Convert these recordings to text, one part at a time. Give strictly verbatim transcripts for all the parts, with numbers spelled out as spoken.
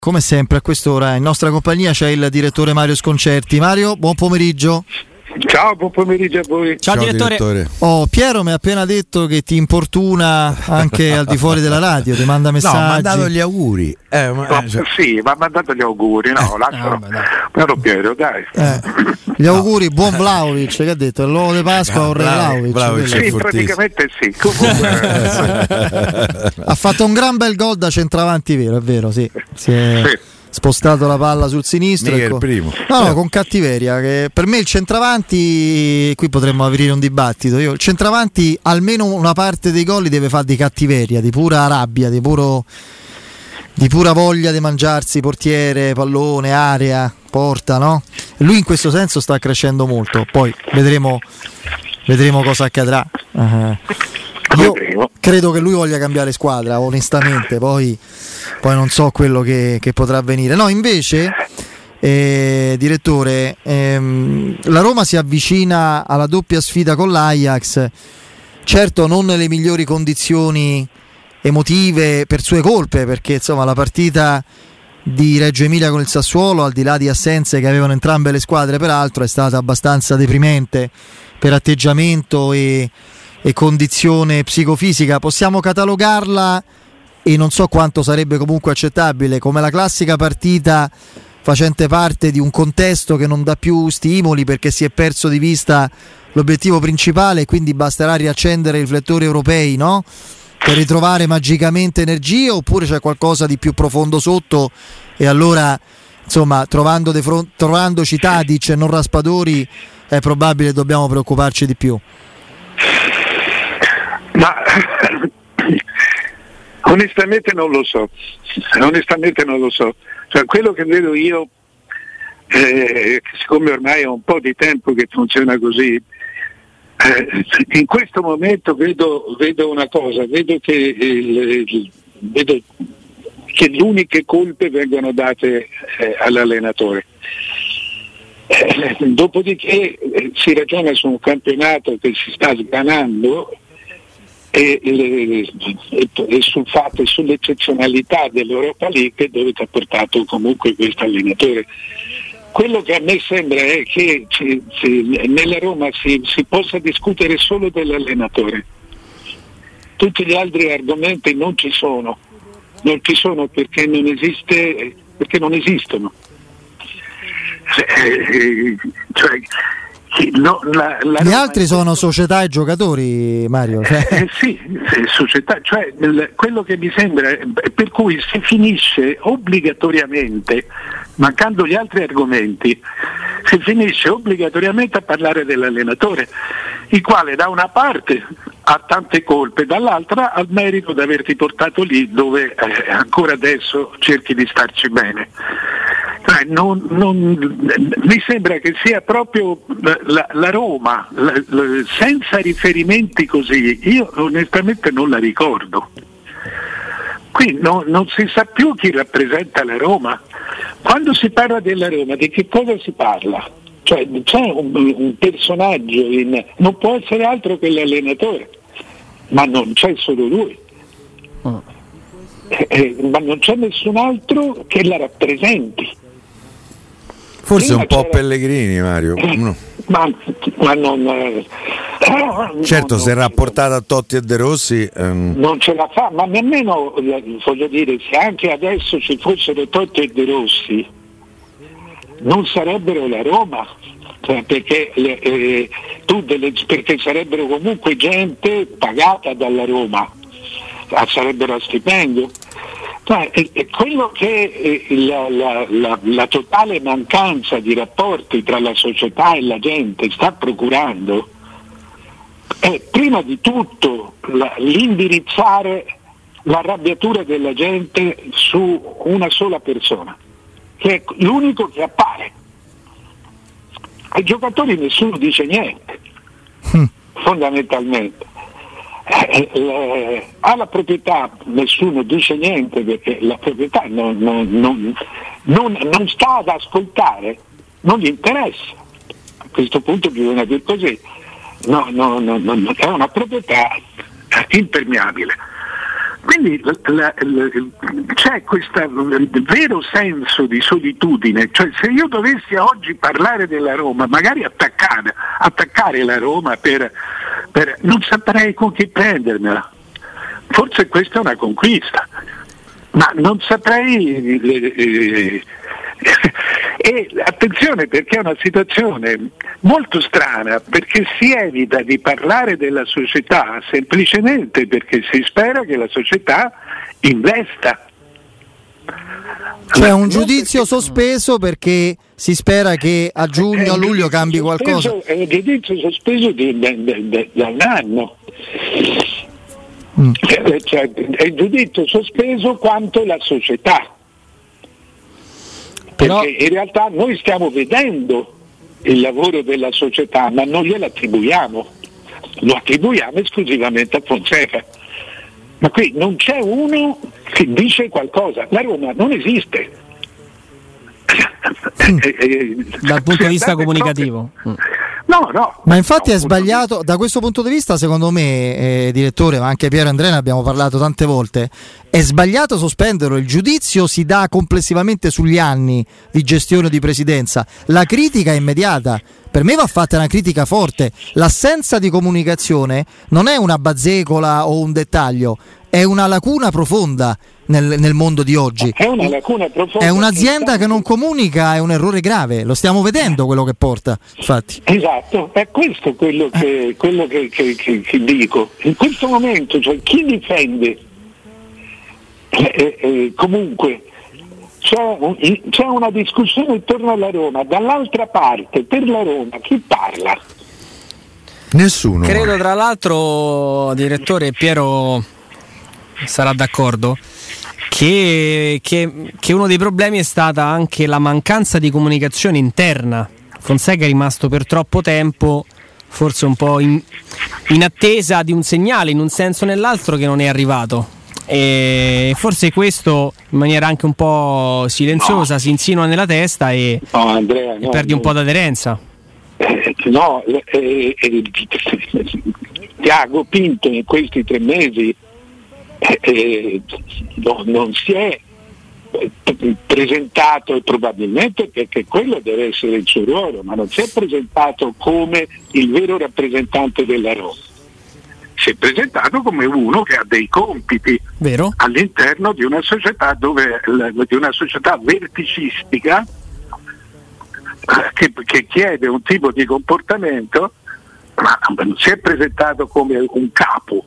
Come sempre a quest'ora in nostra compagnia c'è il direttore Mario Sconcerti. Mario, buon pomeriggio. Ciao, buon pomeriggio a voi. Ciao, Ciao direttore. direttore. Oh, Piero mi ha appena detto che ti importuna anche al di fuori della radio, ti manda messaggi. No, mi ha mandato gli auguri. Eh, ma, no, cioè... Sì, mi ha mandato gli auguri, no, lascialo. No, però Piero, dai. Eh, gli auguri, buon Vlahovic, che ha detto? L'uovo di Pasqua o Re Vlahovic? Vlahovic sì, praticamente sì. Comunque, ha fatto un gran bel gol da centravanti, vero, è vero, sì. Si è... sì. spostato la palla sul sinistro, ecco. Il primo. No, no, con cattiveria, che per me il centravanti, qui potremmo aprire un dibattito, io il centravanti almeno una parte dei gol li deve fare di cattiveria, di pura rabbia, di puro di pura voglia di mangiarsi portiere, pallone, area, porta, no? Lui in questo senso sta crescendo molto, poi vedremo vedremo cosa accadrà. Uh-huh. Io credo che lui voglia cambiare squadra, onestamente, poi, poi non so quello che, che potrà avvenire. No, invece, eh, direttore, ehm, la Roma si avvicina alla doppia sfida con l'Ajax, certo non nelle migliori condizioni emotive per sue colpe, perché insomma la partita di Reggio Emilia con il Sassuolo, al di là di assenze che avevano entrambe le squadre peraltro, è stata abbastanza deprimente per atteggiamento e e condizione psicofisica. Possiamo catalogarla, e non so quanto sarebbe comunque accettabile, come la classica partita facente parte di un contesto che non dà più stimoli perché si è perso di vista l'obiettivo principale, quindi basterà riaccendere i riflettori europei, no? Per ritrovare magicamente energie, oppure c'è qualcosa di più profondo sotto e allora insomma trovando de front- trovandoci Tadic e non Raspadori è probabile dobbiamo preoccuparci di più. Ma onestamente non lo so, onestamente non lo so. Cioè, quello che vedo io, eh, siccome ormai è un po' di tempo che funziona così, eh, in questo momento vedo, vedo una cosa, vedo che, il, il, vedo che le uniche colpe vengono date eh, all'allenatore. Eh, dopodiché eh, si ragiona su un campionato che si sta sgranando e, e, e, e sul fatto e sull'eccezionalità dell'Europa League dove ti ha portato comunque questo allenatore. Quello che a me sembra è che ci, ci, nella Roma si, si possa discutere solo dell'allenatore, tutti gli altri argomenti non ci sono, non ci sono perché non esiste, perché non esistono. Eh, cioè, no, la, la gli altri sono società e giocatori, Mario. Cioè. Eh, sì, società, cioè il, quello che mi sembra, per cui si finisce obbligatoriamente, mancando gli altri argomenti, si finisce obbligatoriamente a parlare dell'allenatore, il quale da una parte ha tante colpe, dall'altra ha il merito di averti portato lì dove eh, ancora adesso cerchi di starci bene. Eh, non, non, mi sembra che sia proprio la, la Roma, la, la, senza riferimenti così, io onestamente non la ricordo. Qui no, non si sa più chi rappresenta la Roma. Quando si parla della Roma, di che cosa si parla? Cioè, c'è un, un personaggio, in, non può essere altro che l'allenatore, ma non c'è solo lui. Oh. Eh, eh, ma non c'è nessun altro che la rappresenti. Forse prima un po' c'era... Pellegrini, Mario. No. Ma, ma non eh, certo, no, se è no, rapportato a Totti e De Rossi ehm... non ce la fa, ma nemmeno, voglio dire, se anche adesso ci fossero Totti e De Rossi non sarebbero la Roma, cioè, perché, eh, tu delle, perché sarebbero comunque gente pagata dalla Roma, sarebbero a stipendio. Cioè, è quello che la, la, la, la totale mancanza di rapporti tra la società e la gente sta procurando è prima di tutto la, l'indirizzare l'arrabbiatura della gente su una sola persona, che è l'unico che appare. Ai giocatori nessuno dice niente, mm. fondamentalmente. Eh, eh, alla proprietà nessuno dice niente perché la proprietà non, non, non, non, non sta ad ascoltare, non gli interessa. A questo punto bisogna dire così, no, no, no, no, è una proprietà impermeabile. Quindi la, la, la, c'è questo vero senso di solitudine, cioè se io dovessi oggi parlare della Roma, magari attaccare, attaccare la Roma per, per non saprei con chi prendermela, forse questa è una conquista, ma non saprei eh, eh, e attenzione, perché è una situazione molto strana, perché si evita di parlare della società semplicemente perché si spera che la società investa. C'è un giudizio sospeso perché si spera che a giugno, a luglio cambi qualcosa. È un giudizio sospeso di, di, di, da un anno. Mm. Cioè, è il giudizio sospeso quanto la società. Perché in realtà noi stiamo vedendo il lavoro della società, ma non glielo attribuiamo, lo attribuiamo esclusivamente a Fonseca. Ma qui non c'è uno che dice qualcosa, la Roma non esiste. Dal punto di vista comunicativo. Proprio... No, no. Ma infatti no, è sbagliato, da questo punto di vista, secondo me, eh, direttore, ma anche Piero Andrea, ne abbiamo parlato tante volte, è sbagliato sospenderlo. Il giudizio si dà complessivamente sugli anni di gestione di presidenza. La critica è immediata. Per me va fatta una critica forte. L'assenza di comunicazione non è una bazzecola o un dettaglio, è una lacuna profonda nel, nel mondo di oggi. È una lacuna profonda. È un'azienda che non comunica, è un errore grave. Lo stiamo vedendo quello che porta, infatti. Esatto, è questo quello che, quello che, che, che, che dico. In questo momento, cioè, chi difende eh, eh, comunque c'è, un, c'è una discussione intorno alla Roma, dall'altra parte per la Roma chi parla? Nessuno. Credo tra l'altro, direttore, Piero sarà d'accordo, che, che, che uno dei problemi è stata anche la mancanza di comunicazione interna. Fonseca è rimasto per troppo tempo forse un po' in, in attesa di un segnale in un senso o nell'altro che non è arrivato, e forse questo in maniera anche un po' silenziosa no. si insinua nella testa e, no, Andrea, no, e perdi no. un po' d'aderenza. Eh, no, eh, eh, Tiago Pinto in questi tre mesi eh, eh, no, non si è presentato, e probabilmente perché quello deve essere il suo ruolo, ma non si è presentato come il vero rappresentante della Roma. Si è presentato come uno che ha dei compiti Vero? all'interno di una società dove di una società verticistica che, che chiede un tipo di comportamento, ma non si è presentato come un capo.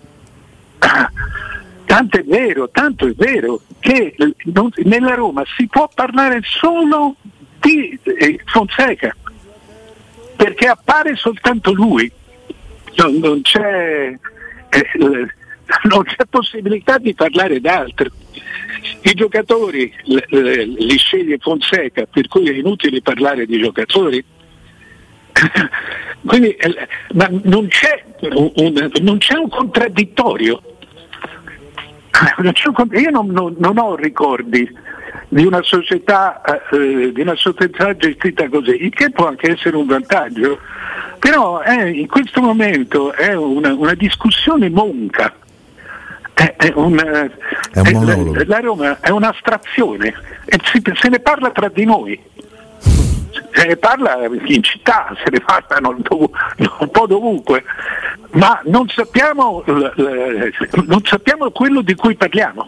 Tanto è vero, tanto è vero che non, nella Roma si può parlare solo di eh, Fonseca, perché appare soltanto lui, non, non c'è eh, non c'è possibilità di parlare d'altro. I giocatori eh, li sceglie Fonseca, per cui è inutile parlare di giocatori. Quindi, eh, ma non c'è un, un, non c'è un contraddittorio. Io non, non, non ho ricordi di una società eh, di una società gestita così, il che può anche essere un vantaggio, però è, in questo momento è una, una discussione monca, è, è un, è un monologo. È, la Roma è un'astrazione e si, se ne parla tra di noi, se ne parla in città, se ne parla un po' dovunque, ma non sappiamo, non sappiamo quello di cui parliamo.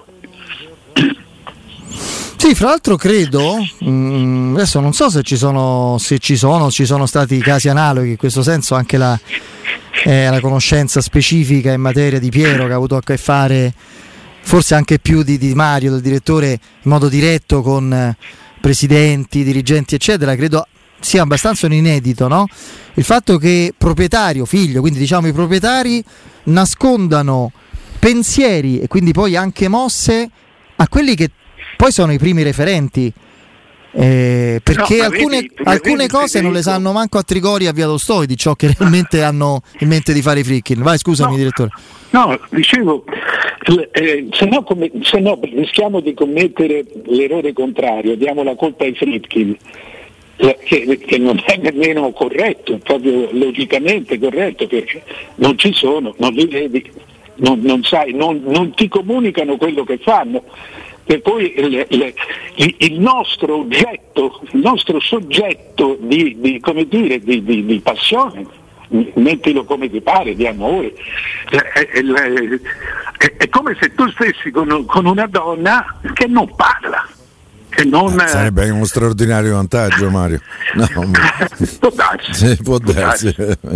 Sì, fra l'altro credo, mh, adesso non so se ci sono, se ci sono, ci sono stati casi analoghi, in questo senso anche la, eh, la conoscenza specifica in materia di Piero, che ha avuto a che fare forse anche più di, di Mario, del direttore, in modo diretto con eh, presidenti, dirigenti eccetera, credo sia abbastanza un inedito, no? Il fatto che proprietario, figlio, quindi diciamo i proprietari nascondano pensieri e quindi poi anche mosse a quelli che poi sono i primi referenti, eh, perché no, alcune, vedi, alcune vedi, cose non le sanno manco a Trigori e a Via Tolstoi di ciò che realmente hanno in mente di fare i Friedkin. Vai, scusami, no, direttore. No, dicevo, eh, se, no, come, se no rischiamo di commettere l'errore contrario, diamo la colpa ai Friedkin, che, che non è nemmeno corretto, proprio logicamente corretto, perché non ci sono, non li vedi. non, non sai, non, non ti comunicano quello che fanno. Per cui il, il, il nostro oggetto, il nostro soggetto di, di, come dire, di, di, di passione, mettilo come ti pare, di amore, è, è, è, è come se tu stessi con, con una donna che non parla. Che non, eh, sarebbe uno straordinario vantaggio, Mario. No, può darsi, sì, può darsi.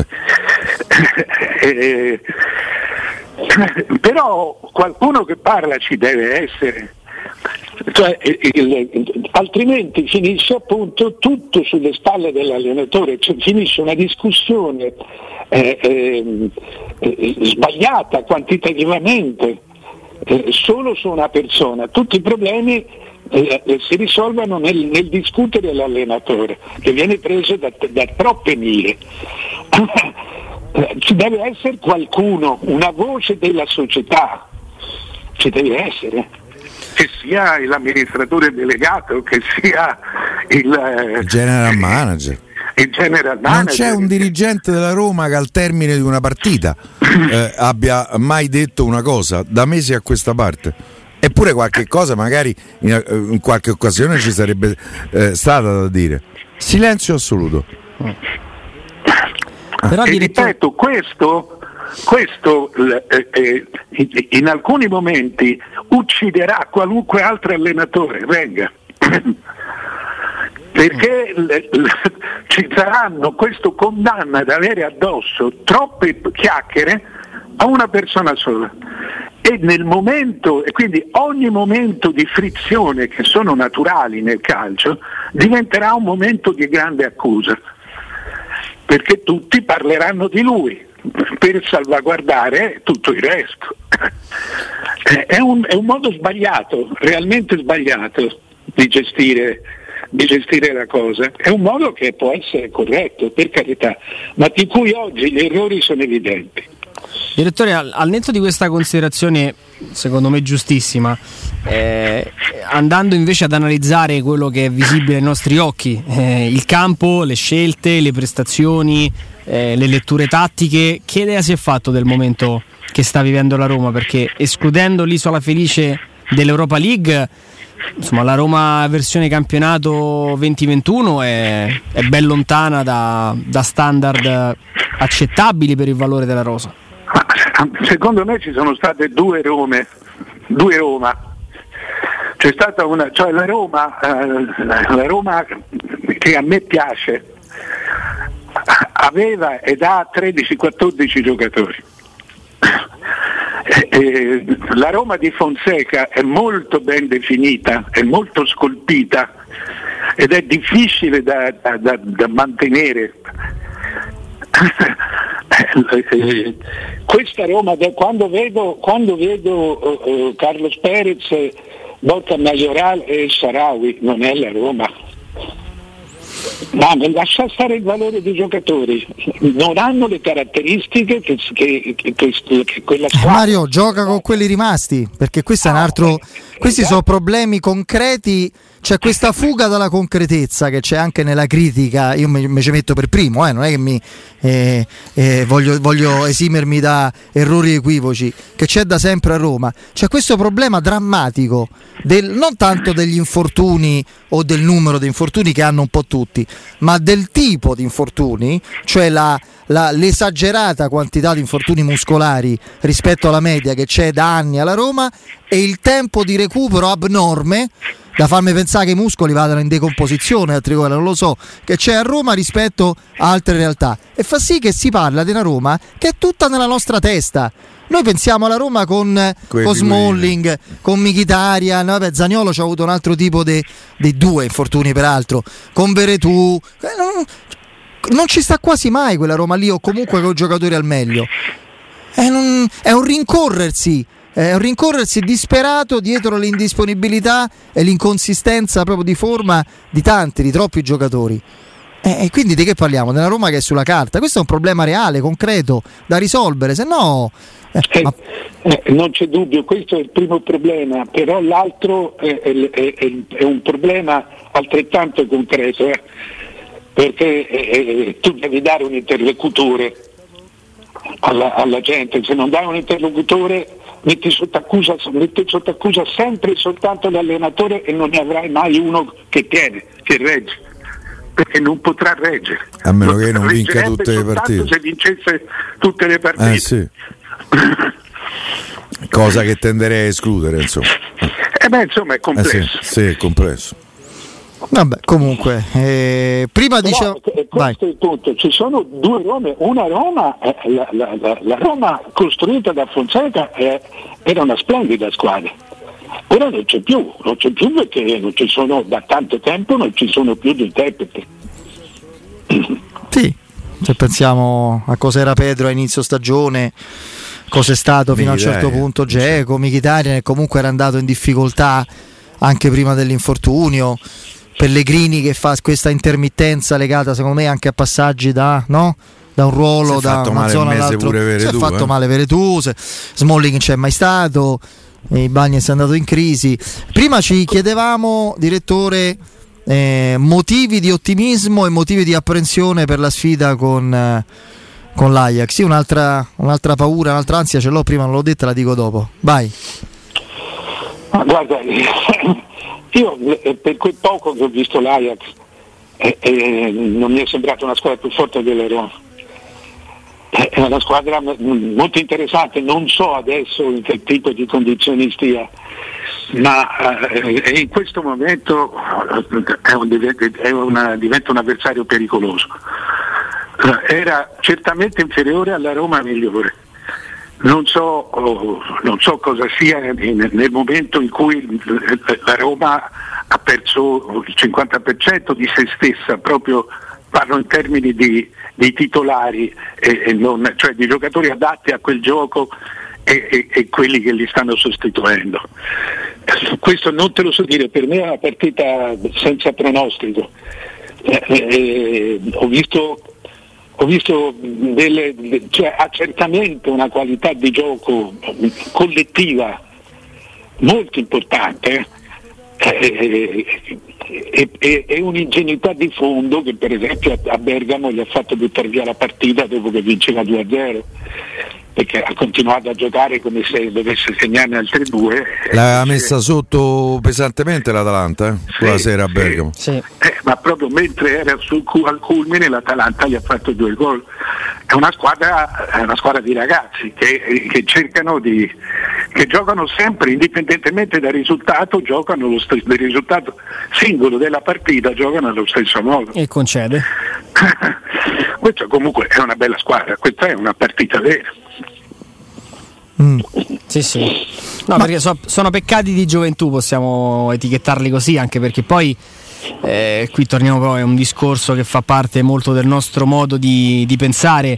eh, però qualcuno che parla ci deve essere. Cioè, il, il, altrimenti finisce appunto tutto sulle spalle dell'allenatore, cioè finisce una discussione eh, eh, eh, sbagliata quantitativamente eh, solo su una persona. Tutti i problemi eh, eh, si risolvono nel, nel discutere l'allenatore, che viene preso da, da troppe mire. Ci deve essere qualcuno, una voce della società, ci deve essere, che sia l'amministratore delegato, che sia il, il general manager. Il general manager. Non c'è un dirigente della Roma che al termine di una partita eh, abbia mai detto una cosa da mesi a questa parte. Eppure qualche cosa magari in, in qualche occasione ci sarebbe eh, stata da dire. Silenzio assoluto. Però e ripeto, questo, questo eh, eh, in alcuni momenti ucciderà qualunque altro allenatore venga, perché le, le, ci saranno, questo condanna ad avere addosso troppe chiacchiere a una persona sola, e nel momento, e quindi ogni momento di frizione che sono naturali nel calcio diventerà un momento di grande accusa, perché tutti parleranno di lui per salvaguardare tutto il resto. È un, è un modo sbagliato, realmente sbagliato di gestire, di gestire la cosa. È un modo che può essere corretto, per carità, ma di cui oggi gli errori sono evidenti. Direttore, al, al netto di questa considerazione, secondo me giustissima, eh, andando invece ad analizzare quello che è visibile ai nostri occhi, eh, il campo, le scelte, le prestazioni, eh, le letture tattiche, che idea si è fatto del momento che sta vivendo la Roma? Perché escludendo l'isola felice dell'Europa League, insomma, la Roma versione campionato venti ventuno è, è ben lontana da, da standard accettabili per il valore della rosa. Secondo me ci sono state due Rome, due Roma. C'è stata una, cioè la Roma, eh, la Roma che a me piace, aveva ed ha tredici quattordici giocatori. Eh, la Roma di Fonseca è molto ben definita, è molto scolpita ed è difficile da, da, da, da mantenere. Questa Roma, quando vedo, quando vedo uh, uh, Carlos Perez, Borja Mayoral e Shaarawy, non è la Roma. Ma lascia stare il valore dei giocatori, non hanno le caratteristiche che, che, che, che, che quella squadra. Mario gioca con quelli rimasti, perché questo è un altro, questi sono problemi concreti. C'è questa fuga dalla concretezza che c'è anche nella critica. Io mi, mi ci metto per primo, eh, non è che mi eh, eh, voglio, voglio esimermi da errori equivoci, che c'è da sempre a Roma. C'è questo problema drammatico del, non tanto degli infortuni o del numero di infortuni che hanno un po' tutti, ma del tipo di infortuni, cioè la, la, l'esagerata quantità di infortuni muscolari rispetto alla media che c'è da anni alla Roma, e il tempo di recupero abnorme da farmi pensare che i muscoli vadano in decomposizione, altri cose, non lo so, che c'è a Roma rispetto a altre realtà, e fa sì che si parla di una Roma che è tutta nella nostra testa. Noi pensiamo alla Roma con, con Smalling, con Mkhitaryan, vabbè, Zaniolo c'ha avuto un altro tipo di due infortuni peraltro, con Veretù, non, non ci sta quasi mai quella Roma lì, o comunque con giocatori al meglio. È un, è un rincorrersi. È un rincorrersi disperato dietro l'indisponibilità e l'inconsistenza proprio di forma di tanti, di troppi giocatori. E quindi di che parliamo? Della Roma che è sulla carta. Questo è un problema reale, concreto, da risolvere, se no eh, eh, ma... eh, non c'è dubbio, questo è il primo problema, però l'altro è, è, è, è un problema altrettanto concreto, eh, perché eh, tu devi dare un interlocutore alla, alla gente, se non dai un interlocutore metti sotto accusa, metti sotto accusa sempre e soltanto l'allenatore e non ne avrai mai uno che tiene, che regge, perché non potrà reggere. A meno che non vinca tutte le partite. Se vincesse tutte le partite. Eh, sì. Cosa che tenderei a escludere, insomma. Eh beh, insomma, è complesso. Eh sì, sì, è complesso. Vabbè, comunque, eh, prima dicevo. No, questo è il punto. Ci sono due Rome. Una Roma, eh, la, la, la, la Roma costruita da Fonseca eh, era una splendida squadra. Ora non c'è più, non c'è più perché non ci sono, da tanto tempo non ci sono più gli interpreti. Sì, se pensiamo a cosa era Pedro a inizio stagione, cosa è stato fino a un certo punto Dzeko, Mkhitaryan, che comunque era andato in difficoltà anche prima dell'infortunio. Pellegrini che fa questa intermittenza legata secondo me anche a passaggi da, no? da un ruolo, da una zona all'altro. Si è fatto eh. male Veretù, Smalling non c'è mai stato, Ibañez è andato in crisi. Prima ci chiedevamo, direttore, eh, motivi di ottimismo e motivi di apprensione per la sfida con, eh, con l'Ajax. Sì, un'altra, un'altra paura, un'altra ansia ce l'ho, prima non l'ho detta, la dico dopo. Vai. Ma guarda, io per quel poco che ho visto l'Ajax eh, eh, non mi è sembrata una squadra più forte della Roma. È una squadra molto interessante, non so adesso in che tipo di condizioni stia, ma eh, in questo momento è un, è una, diventa un avversario pericoloso. Era certamente inferiore alla Roma migliore. Non so, oh, non so cosa sia nel momento in cui la Roma ha perso il cinquanta per cento di se stessa, proprio parlo in termini di, di titolari, e, e non, cioè di giocatori adatti a quel gioco e, e, e quelli che li stanno sostituendo. Questo non te lo so dire, per me è una partita senza pronostico. Eh, eh, ho visto Ho visto delle, cioè, ha certamente una qualità di gioco collettiva molto importante eh, e, e, e un'ingenuità di fondo che per esempio a Bergamo gli ha fatto buttare via la partita dopo che vinceva due a zero, perché ha continuato a giocare come se dovesse segnarne altre due. L'ha messa sotto pesantemente l'Atalanta eh? Sì, quella sera a sì. Bergamo. Sì. Eh, ma proprio mentre era sul, al culmine l'Atalanta gli ha fatto due gol. È una squadra, è una squadra di ragazzi che, che cercano di che giocano sempre indipendentemente dal risultato, giocano lo stesso, del risultato singolo della partita, giocano allo stesso modo. E concede. Questa comunque è una bella squadra, questa è una partita vera. Mm. Sì, sì. No, Ma... perché so, sono peccati di gioventù, possiamo etichettarli così, anche perché poi eh, qui torniamo poi a un discorso che fa parte molto del nostro modo di, di pensare.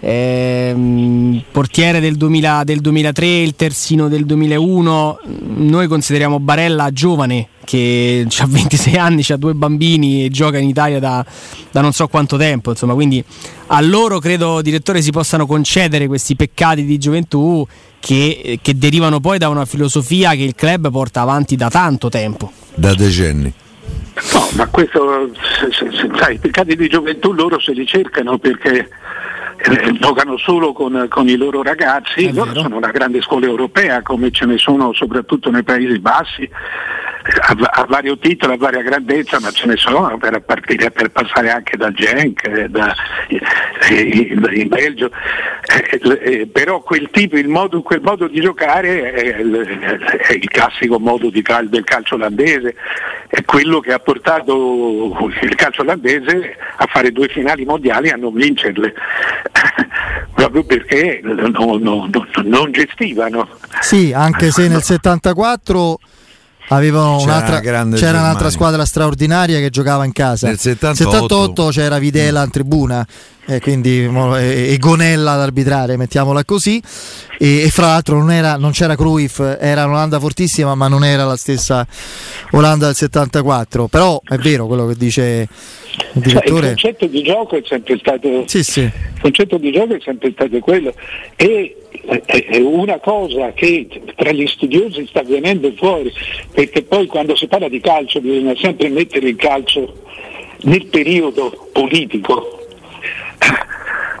Eh, portiere del, duemila, del duemilatré, il terzino del duemilauno, noi consideriamo Barella giovane che ha ventisei anni, ha due bambini e gioca in Italia da, da non so quanto tempo, insomma, quindi a loro credo, direttore, si possano concedere questi peccati di gioventù che, che derivano poi da una filosofia che il club porta avanti da tanto tempo, da decenni. No, ma questo, se, se, sai, i peccati di gioventù loro se li cercano perché eh, giocano solo con, con i loro ragazzi. Loro sono una grande scuola europea, come ce ne sono soprattutto nei Paesi Bassi, a, a vario titolo, a varia grandezza, ma ce ne sono per partire, per passare anche da Genk, da, eh, in, in Belgio. Eh, eh, però quel tipo, il modo, quel modo di giocare è, è il classico modo di cal- del calcio olandese, è quello che ha portato il calcio olandese a fare due finali mondiali e a non vincerle, proprio perché non, non, non, non gestivano. Sì, anche se nel settantaquattro avevano c'era un'altra, una c'era un'altra squadra straordinaria che giocava in casa. Nel settantotto, settantotto c'era Videla in tribuna, e quindi e, e Gonella ad arbitrare, mettiamola così, e, e fra l'altro non, era, non c'era Cruyff, era un'Olanda fortissima, ma non era la stessa Olanda del settantaquattro. Però è vero quello che dice il direttore. Cioè, il concetto di gioco è sempre stato sì, sì. Il concetto di gioco è sempre stato quello, e è una cosa che tra gli studiosi sta venendo fuori, perché poi quando si parla di calcio bisogna sempre mettere il calcio nel periodo politico.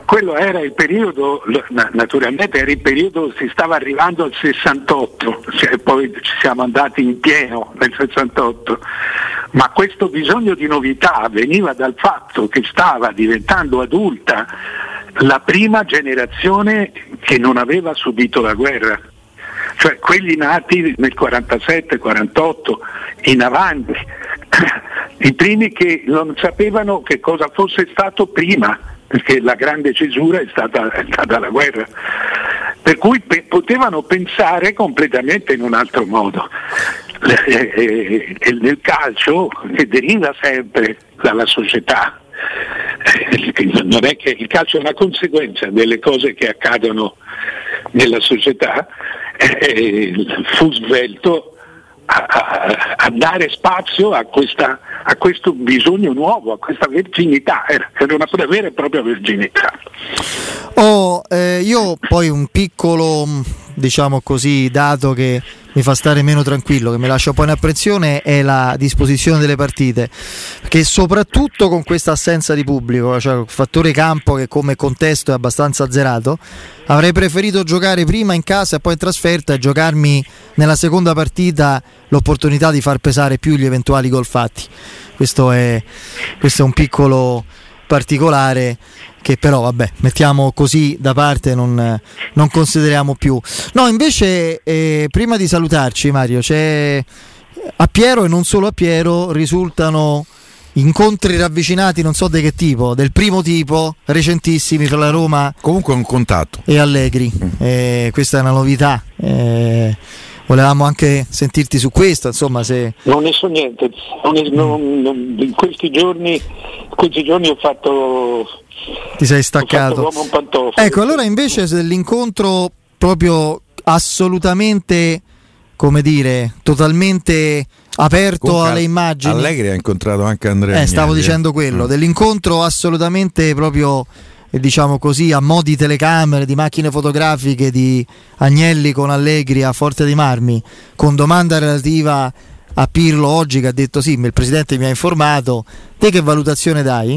quello era il periodo, naturalmente era il periodo, si stava arrivando al sessantotto, cioè poi ci siamo andati in pieno nel sessantotto, ma questo bisogno di novità veniva dal fatto che stava diventando adulta la prima generazione che non aveva subito la guerra, cioè quelli nati nel quarantasette quarantotto in avanti, i primi che non sapevano che cosa fosse stato prima, perché la grande cesura è stata, è stata la guerra, per cui pe- potevano pensare completamente in un altro modo. E, e, e nel calcio, che deriva sempre dalla società, eh, non è che il calcio è una conseguenza delle cose che accadono nella società, eh, fu svelto A, a, a dare spazio a, questa, a questo bisogno nuovo, a questa verginità, era, era una vera e propria verginità. Oh, eh, io poi un piccolo, diciamo così, dato che mi fa stare meno tranquillo, che mi lascia un po' in apprensione, è la disposizione delle partite, che soprattutto con questa assenza di pubblico, cioè il fattore campo che come contesto è abbastanza azzerato, avrei preferito giocare prima in casa e poi in trasferta e giocarmi nella seconda partita l'opportunità di far pesare più gli eventuali gol fatti. Questo è, questo è un piccolo particolare che però vabbè, mettiamo così da parte, non, non consideriamo più. No, invece eh, prima di salutarci, Mario, c'è a Piero, e non solo a Piero, risultano incontri ravvicinati, non so di che tipo, del primo tipo, recentissimi, fra la Roma comunque un contatto e Allegri. Eh, questa è una novità. Eh, volevamo anche sentirti su questo, insomma, se non ne so niente, non è, non, non, in questi giorni questi giorni ho fatto ti sei staccato. Ecco, allora invece dell'incontro proprio assolutamente, come dire, totalmente aperto comunque alle immagini. Allegri ha incontrato anche Andrea. Eh, stavo dicendo quello, mm. dell'incontro assolutamente proprio, diciamo così, a mo' di telecamere, di macchine fotografiche di Agnelli con Allegri a Forte dei Marmi, con domanda relativa a Pirlo oggi che ha detto sì, il presidente mi ha informato. Te che valutazione dai?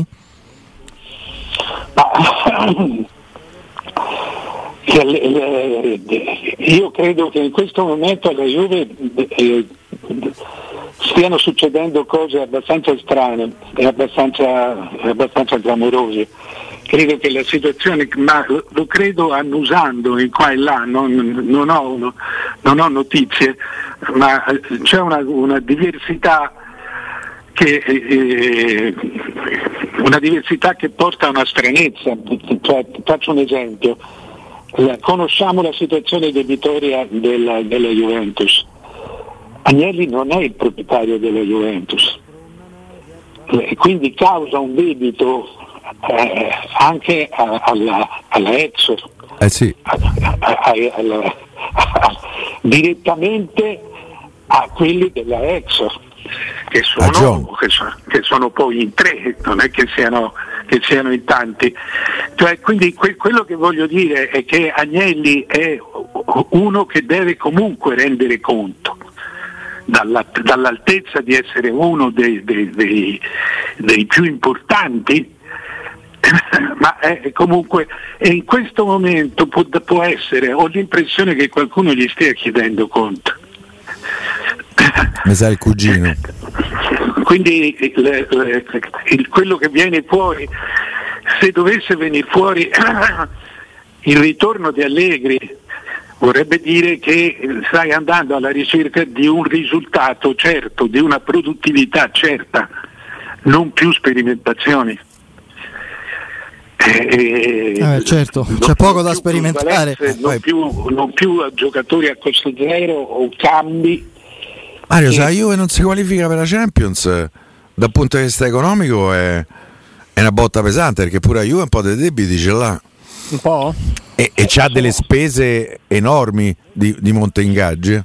Io credo che in questo momento alla Juve eh, stiano succedendo cose abbastanza strane e abbastanza, abbastanza clamorose. Credo che la situazione, ma lo credo annusando in qua e là, non, non, ho, uno, non ho notizie, ma c'è una, una diversità che eh, una diversità che porta a una stranezza. Cioè, faccio un esempio. Conosciamo la situazione debitoria della, della Juventus. Agnelli non è il proprietario della Juventus e quindi causa un debito eh, anche a, alla, alla Exor, eh sì. a, a, a, alla, a, direttamente a quelli della Exor, che sono, che sono, che sono poi in tre, non è che siano, che siano in tanti. Cioè, quindi que- quello che voglio dire è che Agnelli è uno che deve comunque rendere conto dalla, dall'altezza di essere uno dei, dei, dei, dei più importanti, ma è comunque, e in questo momento può, può essere, ho l'impressione che qualcuno gli stia chiedendo conto. Mi sa il cugino. Quindi le, le, il, quello che viene fuori, se dovesse venire fuori il ritorno di Allegri, vorrebbe dire che stai andando alla ricerca di un risultato certo, di una produttività certa, non più sperimentazioni. Eh, eh, certo, c'è poco da sperimentare. Non più, non più a giocatori a costo zero o cambi. Mario, se la Juve non si qualifica per la Champions, dal punto di vista economico è, è una botta pesante, perché pure la Juve un po' dei debiti ce l'ha. Un po'? E, e c'ha delle spese enormi di, di monte ingaggi.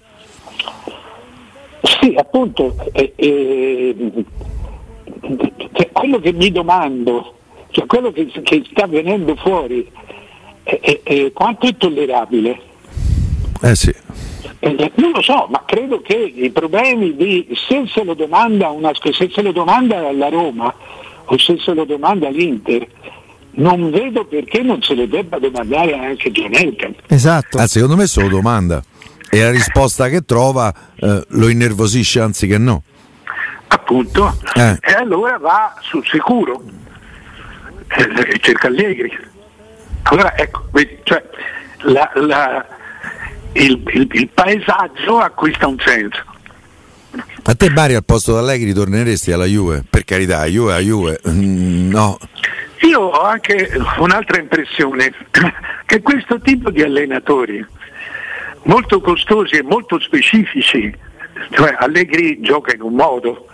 Sì, appunto, eh, eh, quello che mi domando, cioè quello che, che sta venendo fuori, è, è, è quanto è tollerabile? Eh sì. Eh, non lo so, ma credo che i problemi di se se lo domanda una, se se lo domanda la Roma o se se lo domanda l'Inter, non vedo perché non se le debba domandare anche John Elkann. Esatto. Ah, secondo me se lo domanda e la risposta che trova eh, lo innervosisce anziché no. Appunto, eh. e allora va sul sicuro e cerca Allegri. Allora ecco, vedi, cioè, la, la, il, il, il paesaggio acquista un senso. A te Mario al posto di Allegri torneresti alla Juve? Per carità, Juve a Juve, mm, no. Io ho anche un'altra impressione, che questo tipo di allenatori molto costosi e molto specifici, cioè Allegri gioca in un modo,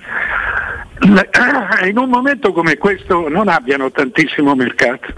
in un momento come questo non abbiano tantissimo mercato.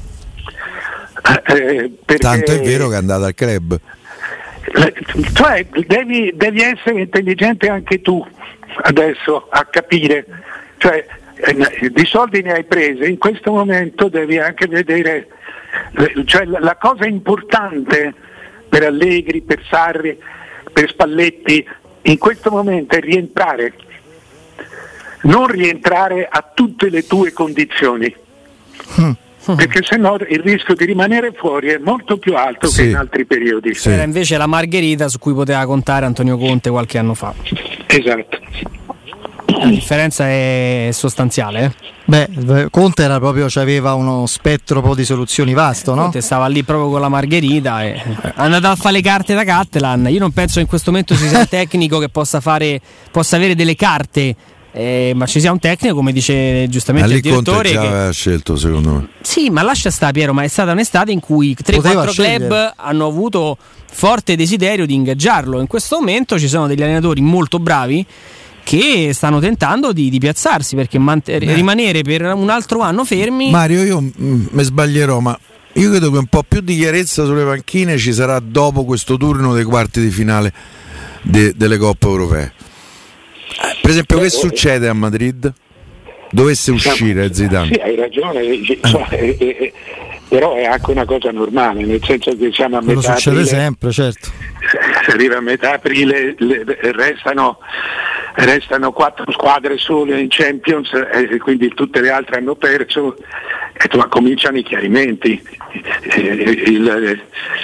Eh, perché, tanto è vero che è andato al club. Cioè devi, devi essere intelligente anche tu adesso a capire, cioè eh, di soldi ne hai prese, in questo momento devi anche vedere, cioè la cosa importante per Allegri, per Sarri, per Spalletti in questo momento è rientrare, non rientrare a tutte le tue condizioni. Mm. Perché sennò il rischio di rimanere fuori è molto più alto sì. che in altri periodi. Sì. Era invece la margherita su cui poteva contare Antonio Conte qualche anno fa. Esatto. La differenza è sostanziale. Eh? Beh, Conte era proprio, cioè aveva uno spettro po' di soluzioni vasto, no? Conte stava lì proprio con la margherita e è andato a fare le carte da Cattelan. Io non penso che in questo momento ci sia un tecnico che possa fare, possa avere delle carte. Eh, ma ci sia un tecnico, come dice giustamente il direttore, Conte già che aveva scelto, secondo me. Sì, ma lascia stare Piero, ma è stata un'estate in cui tre quattro club hanno avuto forte desiderio di ingaggiarlo. In questo momento ci sono degli allenatori molto bravi che stanno tentando di, di piazzarsi, perché man- rimanere per un altro anno fermi. Mario, io mi sbaglierò, ma io credo che un po' più di chiarezza sulle panchine ci sarà dopo questo turno dei quarti di finale de- delle coppe europee. Per esempio, che succede a Madrid? Dovesse uscire Zidane? Sì, hai ragione, cioè, eh, eh, però è anche una cosa normale, nel senso che siamo a Quello metà succede aprile, sempre, certo. Se arriva a metà aprile le, restano, restano quattro squadre sole in Champions e eh, quindi tutte le altre hanno perso e tu, cominciano i chiarimenti. Eh, il, eh,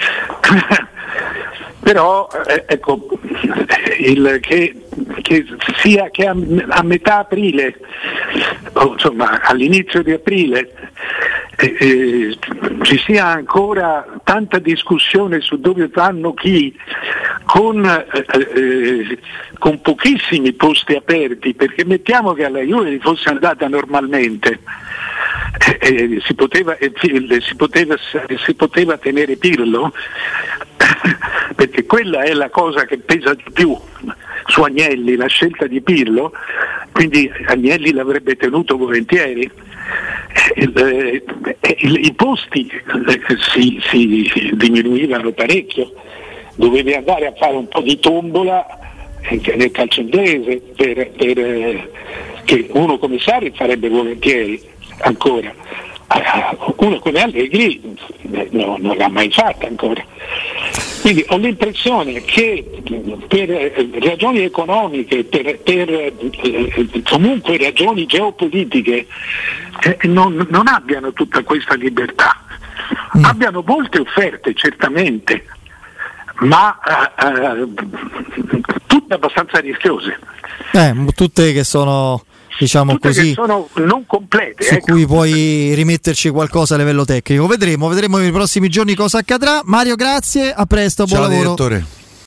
però eh, ecco il, che, che sia che a, a metà aprile o insomma all'inizio di aprile eh, eh, ci sia ancora tanta discussione su dove vanno chi con, eh, eh, con pochissimi posti aperti, perché mettiamo che alla Juve fosse andata normalmente eh, eh, si, poteva, eh, si, poteva, si poteva tenere Pirlo perché quella è la cosa che pesa di più su Agnelli, la scelta di Pirlo, quindi Agnelli l'avrebbe tenuto volentieri. Il, il, i posti si, si diminuivano parecchio, dovevi andare a fare un po' di tombola nel calcio inglese per, per, che uno come Sarri farebbe volentieri ancora, uno come Allegri no, non l'ha mai fatta ancora. Quindi ho l'impressione che per ragioni economiche, per, per comunque ragioni geopolitiche eh, non, non abbiano tutta questa libertà. Mm. Abbiano molte offerte certamente, ma eh, tutte abbastanza rischiose. Eh, tutte che sono, diciamo tutte così, che sono non complete, su ecco. cui puoi rimetterci qualcosa a livello tecnico. Vedremo, vedremo nei prossimi giorni cosa accadrà. Mario, grazie, a presto, Ciao, buon lavoro. direttore.